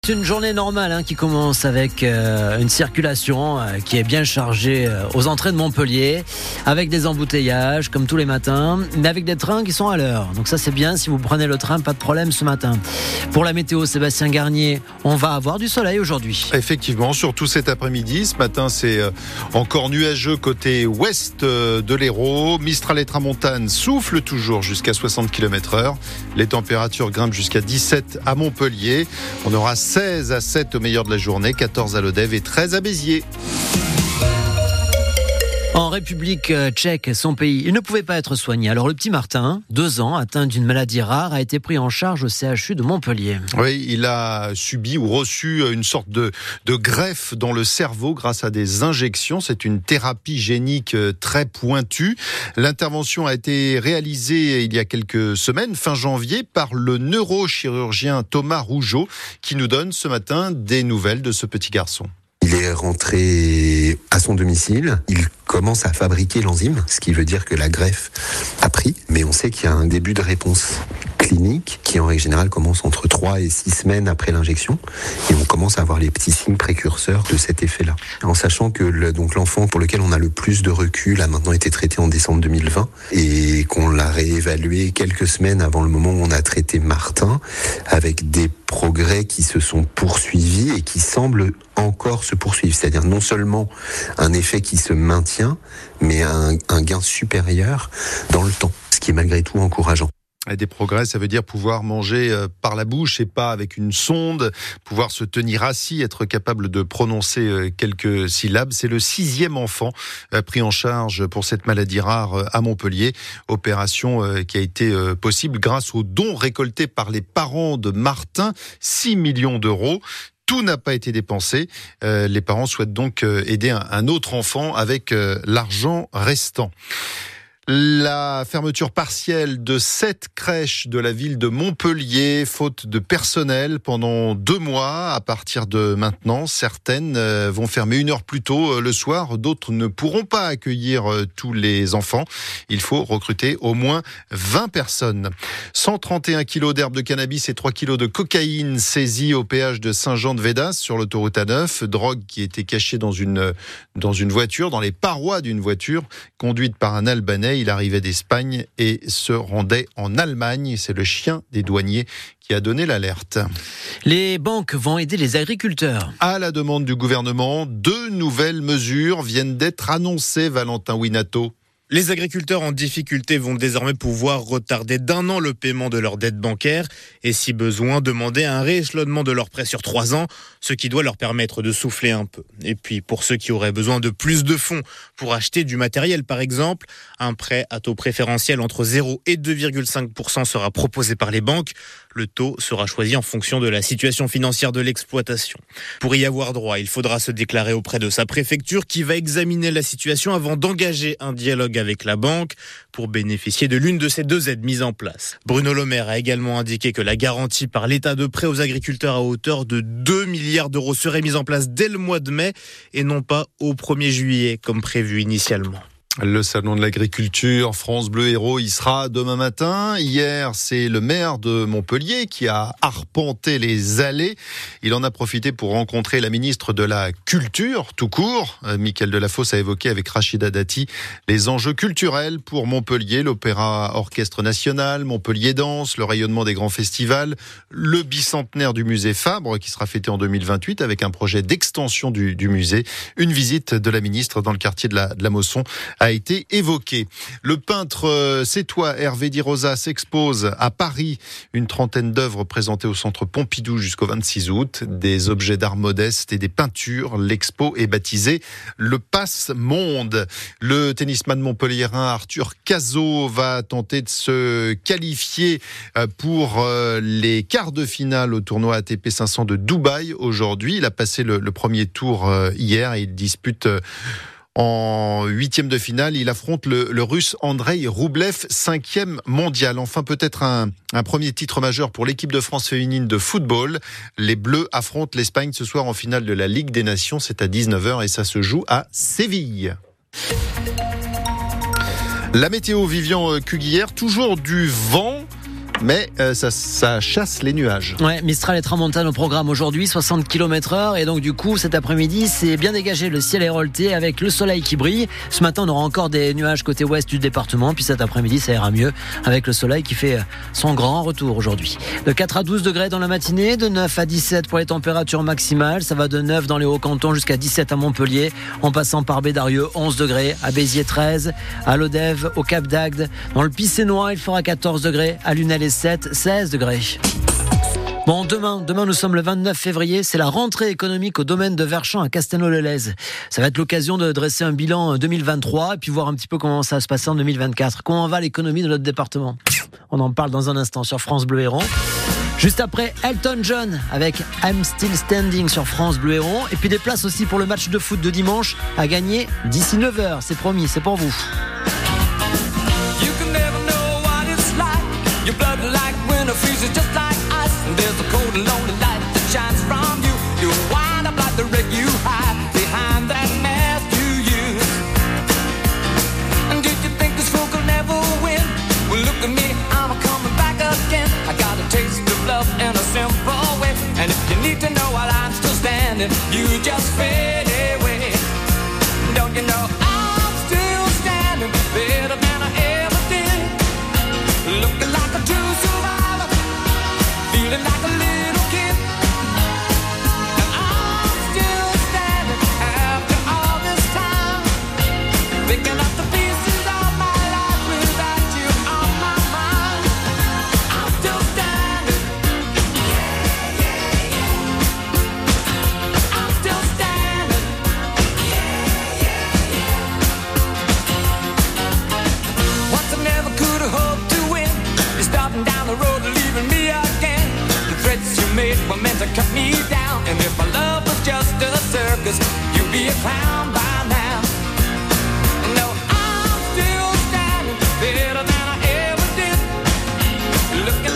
C'est une journée normale qui commence avec une circulation qui est bien chargée aux entrées de Montpellier, avec des embouteillages comme tous les matins, mais avec des trains qui sont à l'heure. Donc ça c'est bien, si vous prenez le train, pas de problème ce matin. Pour la météo, Sébastien Garnier, on va avoir du soleil aujourd'hui. Effectivement, surtout cet après-midi. Ce matin, c'est encore nuageux côté ouest de l'Hérault. Mistral et tramontane soufflent toujours jusqu'à 60 km/h. Les températures grimpent jusqu'à 17 à Montpellier. On aura 16 à 7 au meilleur de la journée, 14 à Lodève et 13 à Béziers. En République tchèque, son pays, il ne pouvait pas être soigné. Alors le petit Martin, 2 ans, atteint d'une maladie rare, a été pris en charge au CHU de Montpellier. Oui, il a subi ou reçu une sorte de greffe dans le cerveau grâce à des injections. C'est une thérapie génique très pointue. L'intervention a été réalisée il y a quelques semaines, fin janvier, par le neurochirurgien Thomas Rougeau, qui nous donne ce matin des nouvelles de ce petit garçon. Il est rentré à son domicile, il commence à fabriquer l'enzyme, ce qui veut dire que la greffe a pris, mais on sait qu'il y a un début de réponse clinique qui en règle générale commence entre 3 et 6 semaines après l'injection, et on commence à avoir les petits signes précurseurs de cet effet-là. En sachant que l'enfant pour lequel on a le plus de recul a maintenant été traité en décembre 2020 et qu'on l'a réévalué quelques semaines avant le moment où on a traité Martin, avec des progrès qui se sont poursuivis et qui semblent encore se poursuivre. C'est-à-dire non seulement un effet qui se maintient, mais un gain supérieur dans le temps, ce qui est malgré tout encourageant. Et des progrès, ça veut dire pouvoir manger par la bouche et pas avec une sonde, pouvoir se tenir assis, être capable de prononcer quelques syllabes. C'est le 6e enfant pris en charge pour cette maladie rare à Montpellier. Opération qui a été possible grâce aux dons récoltés par les parents de Martin, 6 millions d'euros. Tout n'a pas été dépensé. Les parents souhaitent donc aider un autre enfant avec l'argent restant. La fermeture partielle de 7 crèches de la ville de Montpellier, faute de personnel pendant 2 mois. À partir de maintenant, certaines vont fermer 1 heure plus tôt le soir. D'autres ne pourront pas accueillir tous les enfants. Il faut recruter au moins 20 personnes. 131 kilos d'herbe de cannabis et 3 kilos de cocaïne saisis au péage de Saint-Jean-de-Védas sur l'autoroute A9. Drogue qui était cachée dans une voiture, dans les parois d'une voiture, conduite par un Albanais. Il arrivait d'Espagne et se rendait en Allemagne. C'est le chien des douaniers qui a donné l'alerte. Les banques vont aider les agriculteurs. À la demande du gouvernement, 2 nouvelles mesures viennent d'être annoncées, Valentin Winato. Les agriculteurs en difficulté vont désormais pouvoir retarder d'1 an le paiement de leurs dettes bancaires et, si besoin, demander un rééchelonnement de leurs prêts sur 3 ans, ce qui doit leur permettre de souffler un peu. Et puis, pour ceux qui auraient besoin de plus de fonds pour acheter du matériel, par exemple, un prêt à taux préférentiel entre 0 et 2,5% sera proposé par les banques. Le taux sera choisi en fonction de la situation financière de l'exploitation. Pour y avoir droit, il faudra se déclarer auprès de sa préfecture qui va examiner la situation avant d'engager un dialogue avec la banque pour bénéficier de l'une de ces 2 aides mises en place. Bruno Le Maire a également indiqué que la garantie par l'État de prêt aux agriculteurs à hauteur de 2 milliards d'euros serait mise en place dès le mois de mai et non pas au 1er juillet comme prévu initialement. Le salon de l'agriculture, France Bleu Hérault, il sera demain matin. Hier, c'est le maire de Montpellier qui a arpenté les allées. Il en a profité pour rencontrer la ministre de la Culture, tout court. Mickaël Delafosse a évoqué avec Rachida Dati les enjeux culturels pour Montpellier, l'Opéra Orchestre National, Montpellier Danse, le rayonnement des grands festivals, le bicentenaire du musée Fabre qui sera fêté en 2028 avec un projet d'extension du musée. Une visite de la ministre dans le quartier de la Mosson a été évoqué. Le peintre sétois Hervé Di Rosa s'expose à Paris. Une trentaine d'œuvres présentées au centre Pompidou jusqu'au 26 août. Des objets d'art modeste et des peintures. L'expo est baptisée le Passe Monde. Le tennisman montpelliérain Arthur Cazot va tenter de se qualifier pour les quarts de finale au tournoi ATP 500 de Dubaï aujourd'hui. Il a passé le premier tour hier et il dispute en 8e de finale, il affronte le Russe Andrei Roublev, 5e mondial. Enfin, peut-être un premier titre majeur pour l'équipe de France féminine de football. Les Bleus affrontent l'Espagne ce soir en finale de la Ligue des Nations. C'est à 19h et ça se joue à Séville. La météo, Vivian Cuguière, toujours du vent. mais ça chasse les nuages. Ouais, Mistral et Tramontane au programme aujourd'hui, 60 km/h. Et donc du coup, cet après-midi, c'est bien dégagé. Le ciel est relevé avec le soleil qui brille. Ce matin, on aura encore des nuages côté ouest du département. Puis cet après-midi, ça ira mieux avec le soleil qui fait son grand retour aujourd'hui. De 4 à 12 degrés dans la matinée, de 9 à 17 pour les températures maximales. Ça va de 9 dans les Hauts-Cantons jusqu'à 17 à Montpellier, en passant par Bédarieux, 11 degrés, à Béziers 13, à Lodève, au Cap d'Agde. Dans le Picénois, il fera 14 degrés, à Lunel et 7, 16 degrés. Bon, demain, nous sommes le 29 février, c'est la rentrée économique au domaine de Verchamp à Castelnau-le-Lez. Ça va être l'occasion de dresser un bilan 2023 et puis voir un petit peu comment ça va se passer en 2024. Comment va l'économie de notre département? On en parle dans un instant sur France Bleu Héron. Juste après, Elton John avec I'm Still Standing sur France Bleu Héron. Et puis des places aussi pour le match de foot de dimanche à gagner d'ici 9h. C'est promis, c'est pour vous. Your blood like winter freezes just like ice. And there's a cold and lonely light that shines from you. You wind up like the wreck you hide behind that mask you use. And did you think this fool could never win? Well, look at me, I'm coming back again. I got a taste of love in a simple way. And if you need to know while I'm still standing, you just fade away. Don't you know I'm still standing better than I ever did? Looking like a true survivor, feeling like a little kid. And I'm still standing after all this time, picking up the pieces of my life without you on my mind. I'm still standing, yeah, yeah, yeah. I'm still standing, yeah, yeah, yeah. Once I never could have hoped to win. You're starting down the road, leaving me again. The threats you made were meant to cut me down. And if my love was just a circus, you'd be a clown by now. No, I'm still standing better than I ever did. Looking